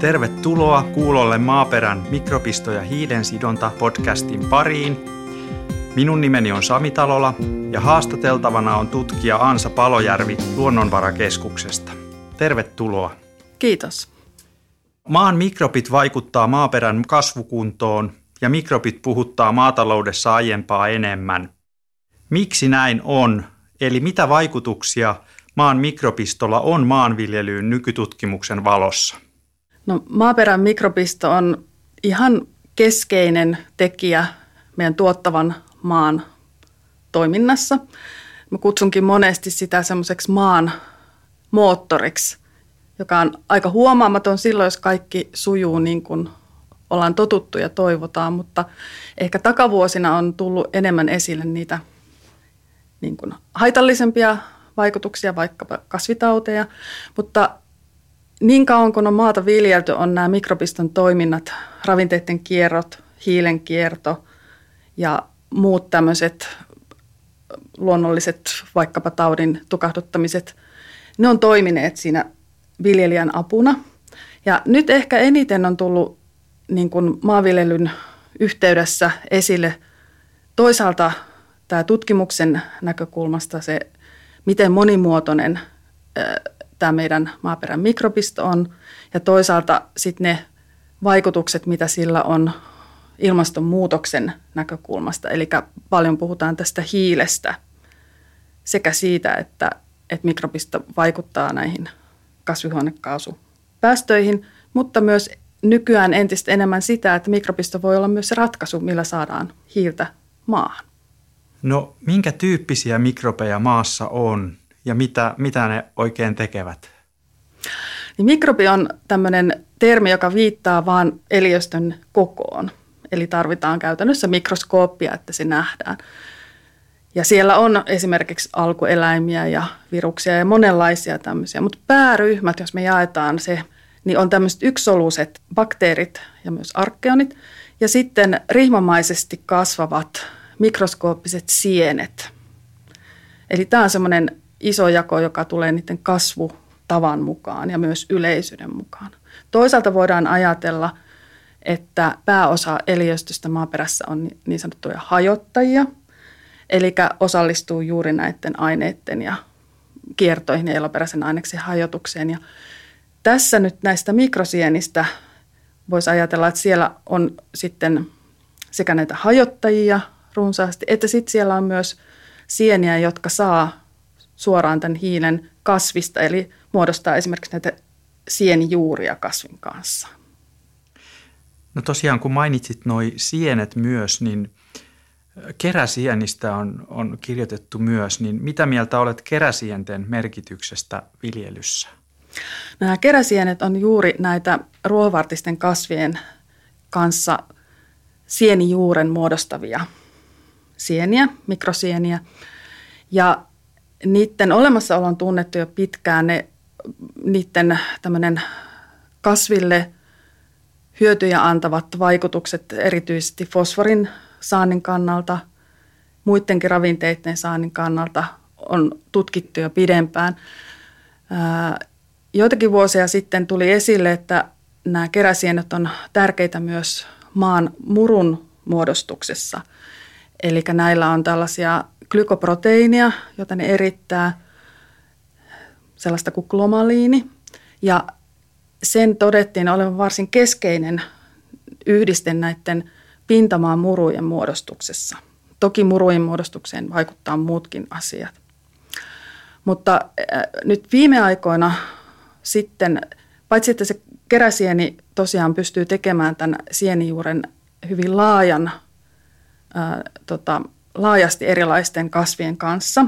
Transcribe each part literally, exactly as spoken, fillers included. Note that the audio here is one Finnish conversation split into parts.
Tervetuloa kuulolle Maaperän mikrobisto- ja hiilensidonta podcastin pariin. Minun nimeni on Sami Talola ja haastateltavana on tutkija Ansa Palojärvi Luonnonvarakeskuksesta. Tervetuloa. Kiitos. Maan mikrobit vaikuttaa maaperän kasvukuntoon ja mikrobit puhuttaa maataloudessa aiempaa enemmän. Miksi näin on? Eli mitä vaikutuksia maan mikrobistolla on maanviljelyyn nykytutkimuksen valossa? No, maaperän mikrobisto on ihan keskeinen tekijä meidän tuottavan maan toiminnassa. Mä kutsunkin monesti sitä semmoiseksi maan moottoriksi, joka on aika huomaamaton silloin, jos kaikki sujuu niin kuin ollaan totuttu ja toivotaan, mutta ehkä takavuosina on tullut enemmän esille niitä niin kuin haitallisempia vaikutuksia, vaikkapa kasvitauteja, mutta niin kauan kun on maata viljelty, on nämä mikrobiston toiminnat, ravinteiden kierrot, hiilen kierto ja muut tämmöiset luonnolliset vaikkapa taudin tukahduttamiset, ne on toimineet siinä viljelijän apuna. Ja nyt ehkä eniten on tullut niin kuin maanviljelyn yhteydessä esille toisaalta tämä tutkimuksen näkökulmasta se, miten monimuotoinen tämä meidän maaperän mikrobisto on, ja toisaalta sitten ne vaikutukset, mitä sillä on ilmastonmuutoksen näkökulmasta. Eli paljon puhutaan tästä hiilestä sekä siitä, että, että mikrobisto vaikuttaa näihin kasvihuonekaasupäästöihin, mutta myös nykyään entistä enemmän sitä, että mikrobisto voi olla myös se ratkaisu, millä saadaan hiiltä maahan. No, minkä tyyppisiä mikrobeja maassa on ja mitä, mitä ne oikein tekevät? Niin mikrobi on tämmöinen termi, joka viittaa vaan eliöstön kokoon. Eli tarvitaan käytännössä mikroskooppia, että se nähdään. Ja siellä on esimerkiksi alkueläimiä ja viruksia ja monenlaisia tämmöisiä. Mutta pääryhmät, jos me jaetaan se, niin on tämmöiset yksisoluiset bakteerit ja myös arkeonit. Ja sitten rihmamaisesti kasvavat mikroskooppiset sienet. Eli tämä on semmoinen iso jako, joka tulee niiden kasvutavan mukaan ja myös yleisyyden mukaan. Toisaalta voidaan ajatella, että pääosa eliöstöstä maaperässä on niin sanottuja hajottajia, eli osallistuu juuri näiden aineiden ja kiertoihin ja eloperäisen aineksen hajotukseen. Ja tässä nyt näistä mikrosienistä voisi ajatella, että siellä on sitten sekä näitä hajottajia runsaasti, että sitten siellä on myös sieniä, jotka saa suoraan tämän hiilen kasvista, eli muodostaa esimerkiksi näitä sienijuuria kasvin kanssa. No tosiaan, kun mainitsit nuo sienet myös, niin keräsienistä on, on kirjoitettu myös, niin mitä mieltä olet keräsienten merkityksestä viljelyssä? Nämä keräsienet on juuri näitä ruohovartisten kasvien kanssa sienijuuren muodostavia sieniä, mikrosieniä, ja niiden olemassaolo on tunnettu jo pitkään. Ne, niiden tämmöinen kasville hyötyjä antavat vaikutukset erityisesti fosforin saannin kannalta, muidenkin ravinteiden saannin kannalta on tutkittu jo pidempään. Joitakin vuosia sitten tuli esille, että nämä keräsienet on tärkeitä myös maan murun muodostuksessa. Eli näillä on tällaisia glykoproteiinia, jota ne erittää, sellaista kuin glomaliini. Ja sen todettiin olevan varsin keskeinen yhdiste näiden pintamaan murujen muodostuksessa. Toki murujen muodostukseen vaikuttaa muutkin asiat. Mutta äh, nyt viime aikoina sitten, paitsi että se keräsieni tosiaan pystyy tekemään tämän sienijuuren hyvin laajan, ää, tota, laajasti erilaisten kasvien kanssa.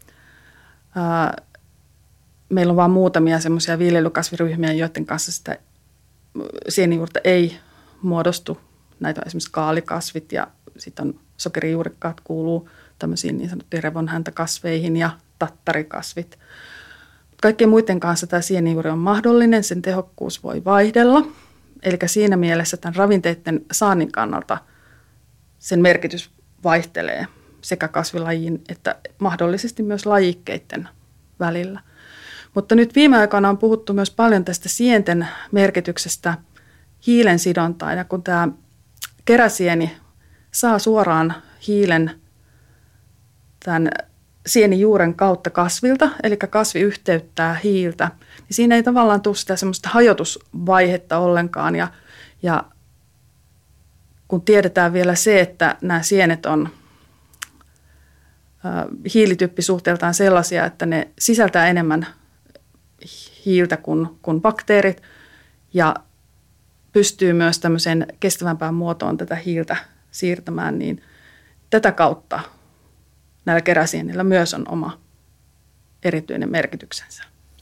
Ää, meillä on vain muutamia semmoisia viljelykasviryhmiä, joiden kanssa sitä sienijuurta ei muodostu. Näitä on esimerkiksi kaalikasvit ja sitten on sokerijuurikkaat kuuluu tämmöisiin niin sanottuihin revonhäntäkasveihin ja tattarikasvit. Kaikkien muiden kanssa tämä sienijuuri on mahdollinen, sen tehokkuus voi vaihdella. Eli siinä mielessä tämän ravinteiden saannin kannalta sen merkitys vaihtelee sekä kasvilajin että mahdollisesti myös lajikkeiden välillä. Mutta nyt viime aikoina on puhuttu myös paljon tästä sienten merkityksestä hiilen sidontaan. Ja kun tämä keräsieni saa suoraan hiilen tämän sienijuuren kautta kasvilta, eli kasvi yhteyttää hiiltä, niin siinä ei tavallaan tule sitä semmoista hajotusvaihetta ollenkaan. Ja, ja kun tiedetään vielä se, että nämä sienet on hiilityppisuhteeltaan sellaisia, että ne sisältää enemmän hiiltä kuin, kuin bakteerit ja pystyy myös tämmöiseen kestävämpään muotoon tätä hiiltä siirtämään, niin tätä kautta näillä keräsienillä myös on oma erityinen merkityksensä.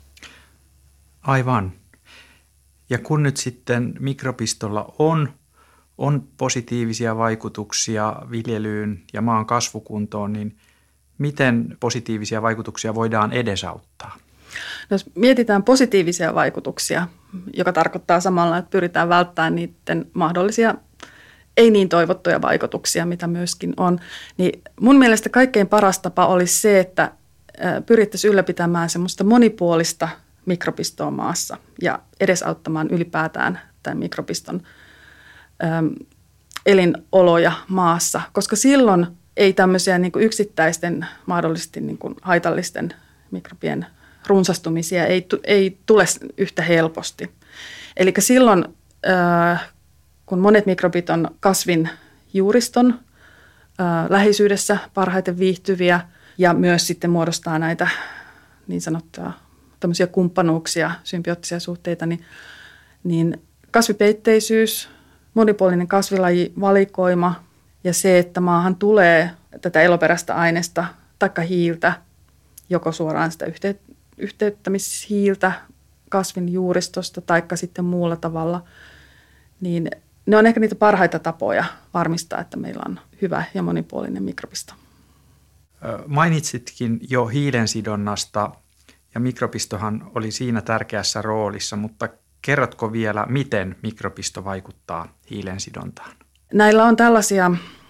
Aivan. Ja kun nyt sitten mikrobistolla on, on positiivisia vaikutuksia viljelyyn ja maan kasvukuntoon, niin miten positiivisia vaikutuksia voidaan edesauttaa? No, jos mietitään positiivisia vaikutuksia, joka tarkoittaa samalla, että pyritään välttämään niiden mahdollisia ei niin toivottuja vaikutuksia, mitä myöskin on, niin mun mielestä kaikkein paras tapa olisi se, että pyrittäisiin ylläpitämään semmoista monipuolista mikrobistoa maassa ja edesauttamaan ylipäätään tämän mikrobiston äm, elinoloja maassa, koska silloin ei tämmöisiä niin kuin yksittäisten mahdollisesti niin kuin haitallisten mikrobien runsastumisia ei, ei tule yhtä helposti. Eli silloin, äh, kun monet mikrobit on kasvin juuriston äh, läheisyydessä parhaiten viihtyviä ja myös sitten muodostaa näitä niin sanottuja tämmöisiä kumppanuuksia, symbioottisia suhteita, niin, niin kasvipeitteisyys, monipuolinen kasvilajivalikoima ja se, että maahan tulee tätä eloperäistä aineesta taikka hiiltä, joko suoraan sitä yhteyttä, yhteyttämishiiltä kasvin juuristosta taikka sitten muulla tavalla, niin ne on ehkä niitä parhaita tapoja varmistaa, että meillä on hyvä ja monipuolinen mikrobisto. Mainitsitkin jo hiilen sidonnasta ja mikrobistohan oli siinä tärkeässä roolissa, mutta kerrotko vielä, miten mikrobisto vaikuttaa hiilen sidontaan? Näillä on tällaisia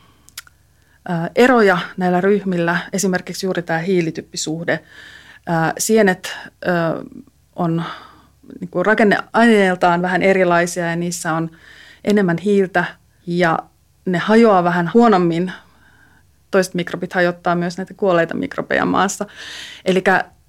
eroja näillä ryhmillä, esimerkiksi juuri tämä hiilityppisuhde. Sienet on niin kuin rakenneaineeltaan vähän erilaisia ja niissä on enemmän hiiltä ja ne hajoaa vähän huonommin. Toiset mikrobit hajottaa myös näitä kuolleita mikrobeja maassa. Eli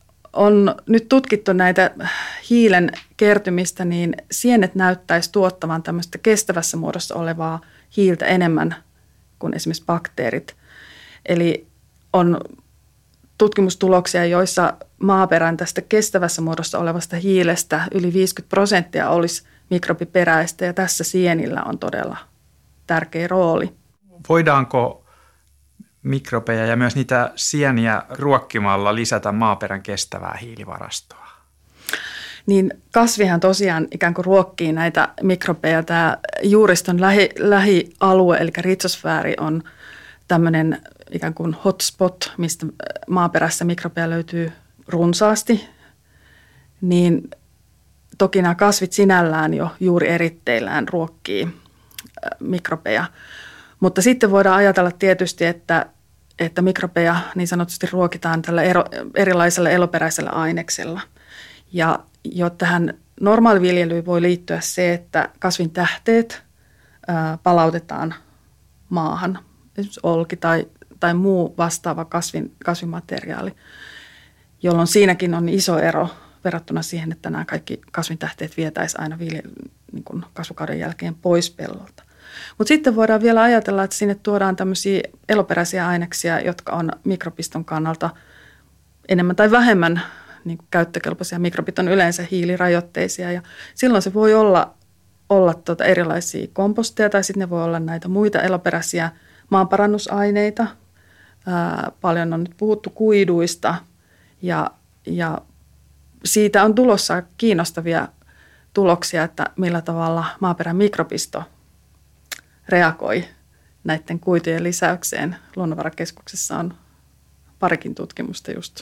on nyt tutkittu näitä hiilen kertymistä, niin sienet näyttäisi tuottavan tämmöistä kestävässä muodossa olevaa hiiltä enemmän kuin esimerkiksi bakteerit. Eli on tutkimustuloksia, joissa maaperän tästä kestävässä muodossa olevasta hiilestä yli viisikymmentä prosenttia olisi mikrobiperäistä ja tässä sienillä on todella tärkeä rooli. Voidaanko mikrobeja ja myös niitä sieniä ruokkimalla lisätä maaperän kestävää hiilivarastoa? Niin kasvihan tosiaan ikään kuin ruokkii näitä mikrobeja. Tämä juuriston lähi, lähialue, eli ritsosfääri, on tämmöinen ikään kuin hotspot, mistä maaperässä mikrobeja löytyy runsaasti. Niin toki nämä kasvit sinällään jo juuri eritteillään ruokkii mikrobeja. Mutta sitten voidaan ajatella tietysti, että, että mikrobeja niin sanotusti ruokitaan tällä ero, erilaisella eloperäisellä aineksella. Ja jo tähän normaaliviljelyyn voi liittyä se, että kasvin tähteet ää, palautetaan maahan, esimerkiksi olki tai, tai muu vastaava kasvin, kasvimateriaali, jolloin siinäkin on iso ero verrattuna siihen, että nämä kaikki kasvintähteet vietäisiin aina viljely, niin kuin kasvukauden jälkeen pois pellolta. Mutta sitten voidaan vielä ajatella, että sinne tuodaan tämmöisiä eloperäisiä aineksia, jotka on mikrobiston kannalta enemmän tai vähemmän niin kuin käyttökelpoisia. Mikrobit on yleensä hiilirajoitteisia ja silloin se voi olla, olla tuota erilaisia komposteja tai sitten ne voi olla näitä muita eloperäisiä maanparannusaineita. Ää, paljon on nyt puhuttu kuiduista ja, ja siitä on tulossa kiinnostavia tuloksia, että millä tavalla maaperän mikrobisto reagoi näiden kuitujen lisäykseen. Luonnonvarakeskuksessa on parikin tutkimusta just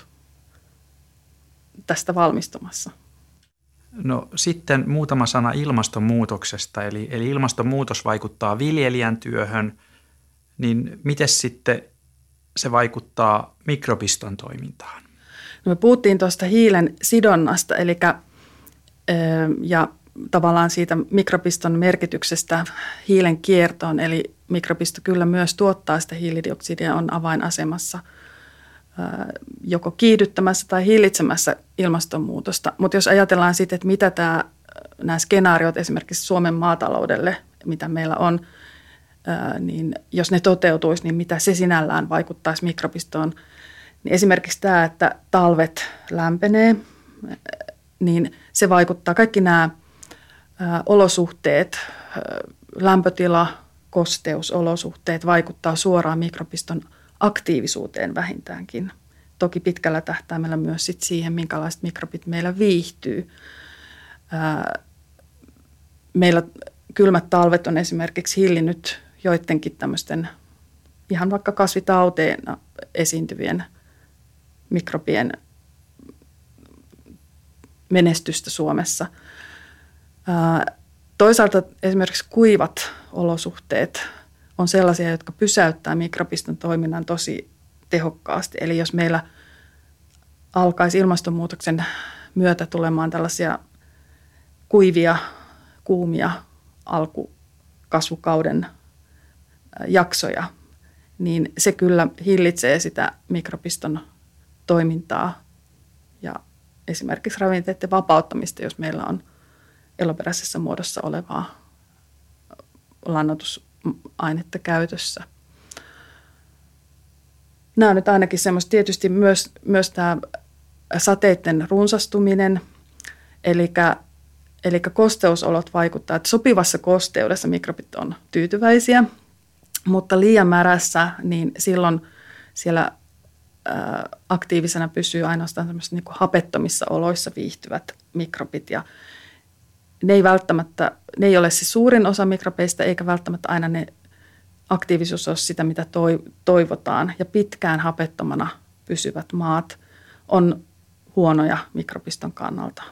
tästä valmistumassa. No sitten muutama sana ilmastonmuutoksesta, eli, eli ilmastonmuutos vaikuttaa viljelijän työhön, niin miten sitten se vaikuttaa mikrobiston toimintaan? No me puhuttiin tuosta hiilen sidonnasta, eli ja tavallaan siitä mikropiston merkityksestä hiilen kiertoon, eli mikropisto kyllä myös tuottaa sitä hiilidioksidia, on avainasemassa joko kiihdyttämässä tai hillitsemässä ilmastonmuutosta. Mutta jos ajatellaan sitten, että mitä tämä, nämä skenaariot esimerkiksi Suomen maataloudelle, mitä meillä on, niin jos ne toteutuisi, niin mitä se sinällään vaikuttaisi mikropistoon, niin esimerkiksi tämä, että talvet lämpenee, niin se vaikuttaa kaikki nämä olosuhteet, lämpötila, kosteusolosuhteet vaikuttaa suoraan mikropiston aktiivisuuteen vähintäänkin. Toki pitkällä tähtäimellä myös sit siihen, minkälaiset mikrobit meillä viihtyy. Meillä kylmät talvet on esimerkiksi hillinnyt joidenkin tämmöisten ihan vaikka kasvitauteina esiintyvien mikrobien menestystä Suomessa. Toisaalta esimerkiksi kuivat olosuhteet on sellaisia, jotka pysäyttää mikropiston toiminnan tosi tehokkaasti. Eli jos meillä alkaisi ilmastonmuutoksen myötä tulemaan tällaisia kuivia, kuumia alkukasvukauden jaksoja, niin se kyllä hillitsee sitä mikropiston toimintaa ja esimerkiksi ravinteiden vapauttamista, jos meillä on eloperäisessä muodossa olevaa lannoitusainetta käytössä. Nämä on nyt ainakin semmoista, tietysti myös, myös tämä sateiden runsastuminen, eli, eli kosteusolot vaikuttaa, että sopivassa kosteudessa mikrobit on tyytyväisiä, mutta liian märässä, niin silloin siellä ää, aktiivisena pysyy ainoastaan tämmöisissä niin kuin hapettomissa oloissa viihtyvät mikrobit, ja ne ei välttämättä, ne ei ole se suurin osa mikrobeista, eikä välttämättä aina ne aktiivisuus ole sitä, mitä toivotaan. Ja pitkään hapettomana pysyvät maat on huonoja mikropiston kannalta.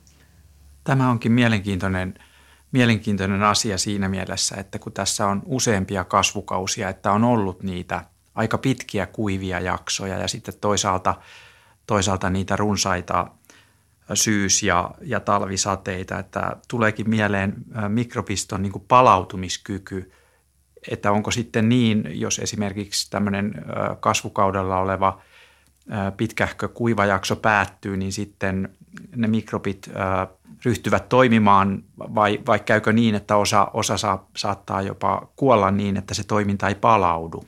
Tämä onkin mielenkiintoinen, mielenkiintoinen asia siinä mielessä, että kun tässä on useampia kasvukausia, että on ollut niitä aika pitkiä kuivia jaksoja ja sitten toisaalta, toisaalta niitä runsaita syys- ja, ja talvisateita, että tuleekin mieleen mikropiston niin kuin palautumiskyky, että onko sitten niin, jos esimerkiksi tämmöinen kasvukaudella oleva pitkähkö kuivajakso päättyy, niin sitten ne mikrobit ryhtyvät toimimaan vai, vai käykö niin, että osa, osa saa, saattaa jopa kuolla niin, että se toiminta ei palaudu?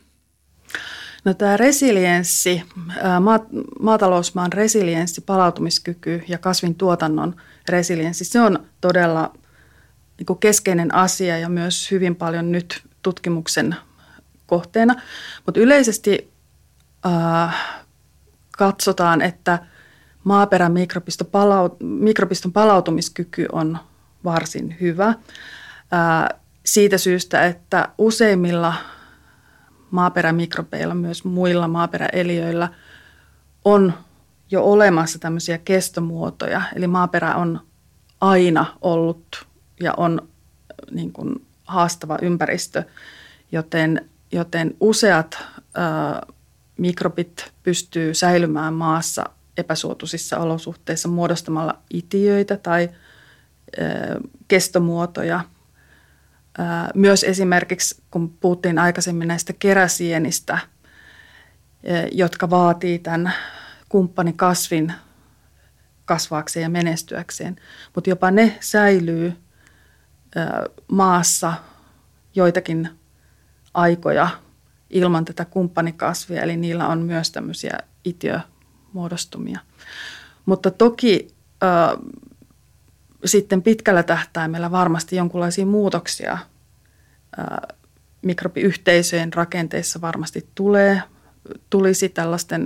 No tämä resilienssi, maatalousmaan resilienssi, palautumiskyky ja kasvin tuotannon resilienssi, se on todella niin kuin keskeinen asia ja myös hyvin paljon nyt tutkimuksen kohteena. Mutta yleisesti äh, katsotaan, että maaperän mikropiston, palaut- mikropiston palautumiskyky on varsin hyvä äh, siitä syystä, että useimmilla maaperämikrobeilla, myös muilla maaperäeliöillä on jo olemassa tämmöisiä kestomuotoja. Eli maaperä on aina ollut ja on niin kuin haastava ympäristö, joten, joten useat ää, mikrobit pystyy säilymään maassa epäsuotuisissa olosuhteissa muodostamalla itiöitä tai ää, kestomuotoja. Myös esimerkiksi, kun puhuttiin aikaisemmin näistä keräsienistä, jotka vaatii tämän kumppanikasvin kasvaakseen ja menestyäkseen, mutta jopa ne säilyy maassa joitakin aikoja ilman tätä kumppanikasvia, eli niillä on myös tämmöisiä itiömuodostumia. Mutta toki sitten pitkällä tähtäimellä varmasti jonkinlaisia muutoksia ää, mikrobiyhteisöjen rakenteissa varmasti tulee, tulisi tällaisten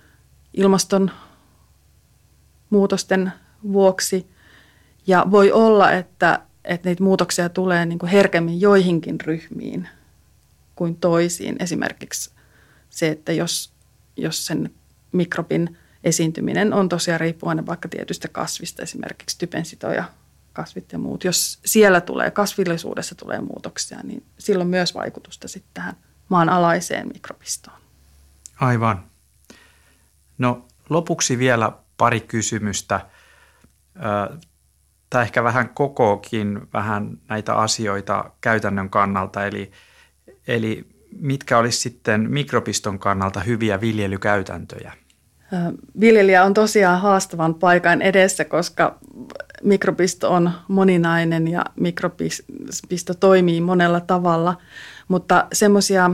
ilmastonmuutosten vuoksi. Ja voi olla, että, että niitä muutoksia tulee niin kuin herkemmin joihinkin ryhmiin kuin toisiin. Esimerkiksi se, että jos, jos sen mikrobin esiintyminen on tosiaan riippuvainen vaikka tietystä kasvista, esimerkiksi typensitoja, kasvit ja muut. Jos siellä tulee, kasvillisuudessa tulee muutoksia, niin silloin myös vaikutusta sitten tähän maanalaiseen mikrobistoon. Aivan. No Lopuksi vielä pari kysymystä. Tämä ehkä vähän kokookin vähän näitä asioita käytännön kannalta, eli, eli mitkä olisi sitten mikropiston kannalta hyviä viljelykäytäntöjä? Viljelijä on tosiaan haastavan paikan edessä, koska mikropisto on moninainen ja mikropisto toimii monella tavalla, mutta semmoisia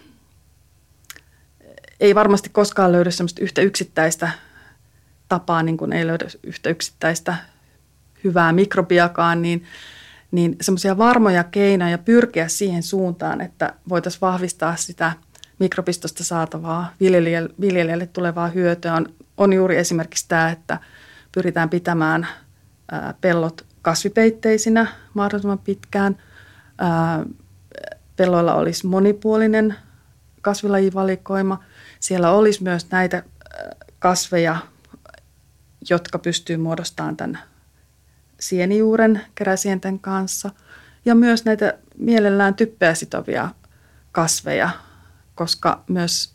ei varmasti koskaan löydy semmoista yhtä yksittäistä tapaa, niin kuin ei löydä yhtä yksittäistä hyvää mikrobiakaan, niin, niin semmoisia varmoja keinoja pyrkiä siihen suuntaan, että voitaisiin vahvistaa sitä mikropistosta saatavaa viljelijälle, viljelijälle tulevaa hyötyä on, on juuri esimerkiksi tämä, että pyritään pitämään ää, pellot kasvipeitteisinä mahdollisimman pitkään. Ää, pelloilla olisi monipuolinen kasvilajivalikoima. Siellä olisi myös näitä kasveja, jotka pystyy muodostamaan tämän sienijuuren keräsienten kanssa. Ja myös näitä mielellään typpeä sitovia kasveja, koska myös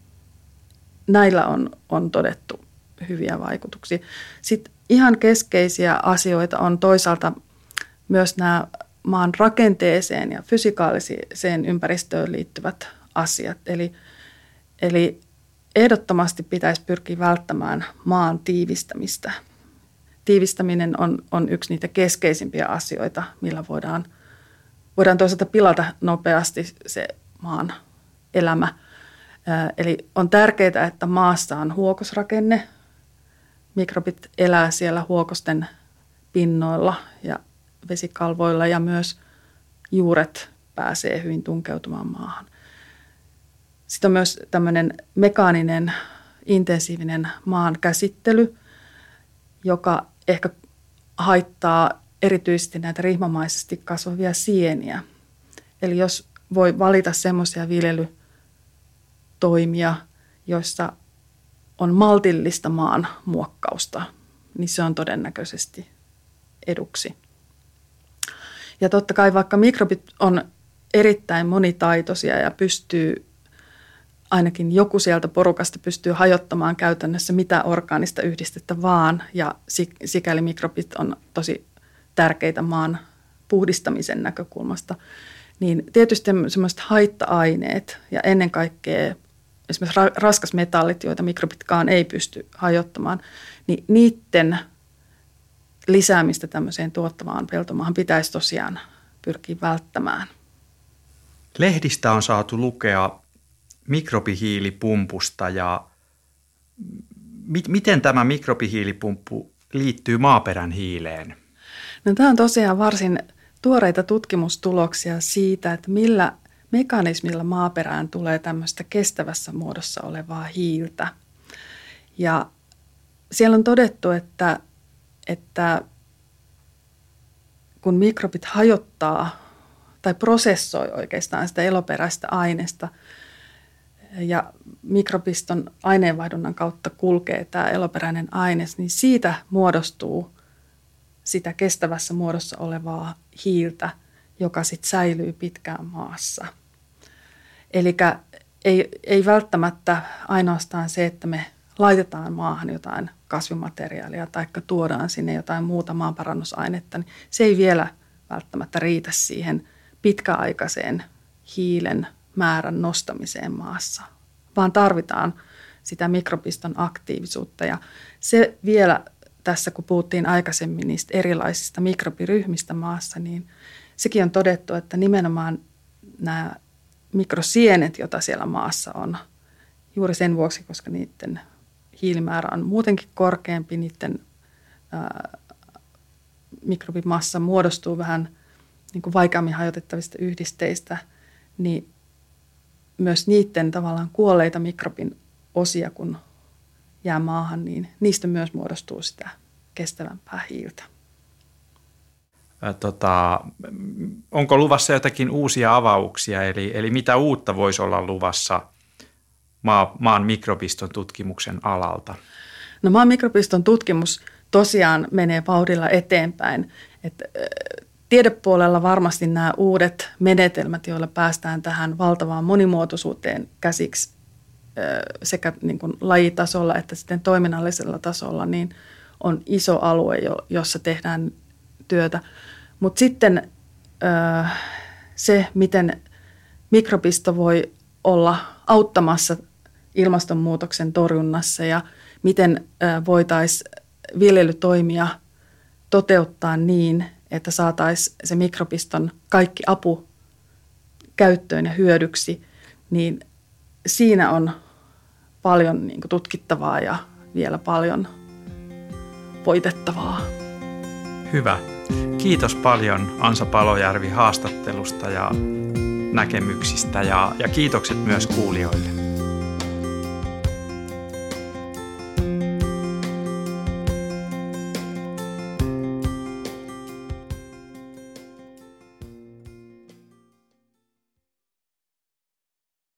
näillä on, on todettu hyviä vaikutuksia. Sitten ihan keskeisiä asioita on toisaalta myös nämä maan rakenteeseen ja fysikaaliseen ympäristöön liittyvät asiat. Eli, eli ehdottomasti pitäisi pyrkiä välttämään maan tiivistämistä. Tiivistäminen on, on yksi niitä keskeisimpiä asioita, millä voidaan, voidaan toisaalta pilata nopeasti se maan elämä. Eli on tärkeää, että maassa on huokosrakenne. Mikrobit elää siellä huokosten pinnoilla ja vesikalvoilla ja myös juuret pääsee hyvin tunkeutumaan maahan. Sitten on myös tämmöinen mekaaninen, intensiivinen maan käsittely, joka ehkä haittaa erityisesti näitä rihmamaisesti kasvavia sieniä. Eli jos voi valita semmoisia viljelytoimia, joissa on maltillista maan muokkausta, niin se on todennäköisesti eduksi. Ja totta kai vaikka mikrobit on erittäin monitaitoisia ja pystyy, ainakin joku sieltä porukasta pystyy hajottamaan käytännössä mitä orgaanista yhdistettä vaan, ja sikäli mikrobit on tosi tärkeitä maan puhdistamisen näkökulmasta, niin tietysti semmoiset haitta-aineet ja ennen kaikkea esimerkiksi raskasmetallit, joita mikrobitkaan ei pysty hajottamaan, niin niiden lisäämistä tämmöiseen tuottavaan peltomaahan pitäisi tosiaan pyrkiä välttämään. Lehdistä on saatu lukea mikrobihiilipumpusta ja mi- miten tämä mikrobihiilipumppu liittyy maaperän hiileen? No, tämä on tosiaan varsin tuoreita tutkimustuloksia siitä, että millä mekanismilla maaperään tulee tämmöistä kestävässä muodossa olevaa hiiltä. Ja siellä on todettu, että, että kun mikrobit hajottaa tai prosessoi oikeastaan sitä eloperäistä aineesta ja mikrobiston aineenvaihdunnan kautta kulkee tämä eloperäinen aines, niin siitä muodostuu sitä kestävässä muodossa olevaa hiiltä, joka sitten säilyy pitkään maassa. Eli ei, ei välttämättä ainoastaan se, että me laitetaan maahan jotain kasvimateriaalia tai tuodaan sinne jotain muuta maanparannusainetta, niin se ei vielä välttämättä riitä siihen pitkäaikaiseen hiilen määrän nostamiseen maassa, vaan tarvitaan sitä mikrobiston aktiivisuutta. Ja se vielä tässä, kun puhuttiin aikaisemmin niistä erilaisista mikrobiryhmistä maassa, niin sekin on todettu, että nimenomaan nämä mikrosienet, joita siellä maassa on, juuri sen vuoksi, koska niiden hiilimäärä on muutenkin korkeampi, niiden ää, mikrobimassa muodostuu vähän niin kuin vaikeammin hajotettavista yhdisteistä, niin myös niiden tavallaan kuolleita mikrobin osia, kun jää maahan, niin niistä myös muodostuu sitä kestävämpää hiiltä. Tota, onko luvassa jotakin uusia avauksia, eli, eli mitä uutta voisi olla luvassa maa, maan mikrobiston tutkimuksen alalta? No, maan mikrobiston tutkimus tosiaan menee vauhdilla eteenpäin. Et, tiedepuolella varmasti nämä uudet menetelmät, joilla päästään tähän valtavaan monimuotoisuuteen käsiksi, sekä niin kuin lajitasolla että sitten toiminnallisella tasolla, niin on iso alue, jossa tehdään työtä. Mutta sitten se, miten mikrobisto voi olla auttamassa ilmastonmuutoksen torjunnassa ja miten voitaisiin viljelytoimia toteuttaa niin, että saataisiin se mikrobiston kaikki apu käyttöön ja hyödyksi, niin siinä on paljon niin kuin tutkittavaa ja vielä paljon voitettavaa. Hyvä. Kiitos paljon Ansa Palojärvi haastattelusta ja näkemyksistä ja, ja kiitokset myös kuulijoille.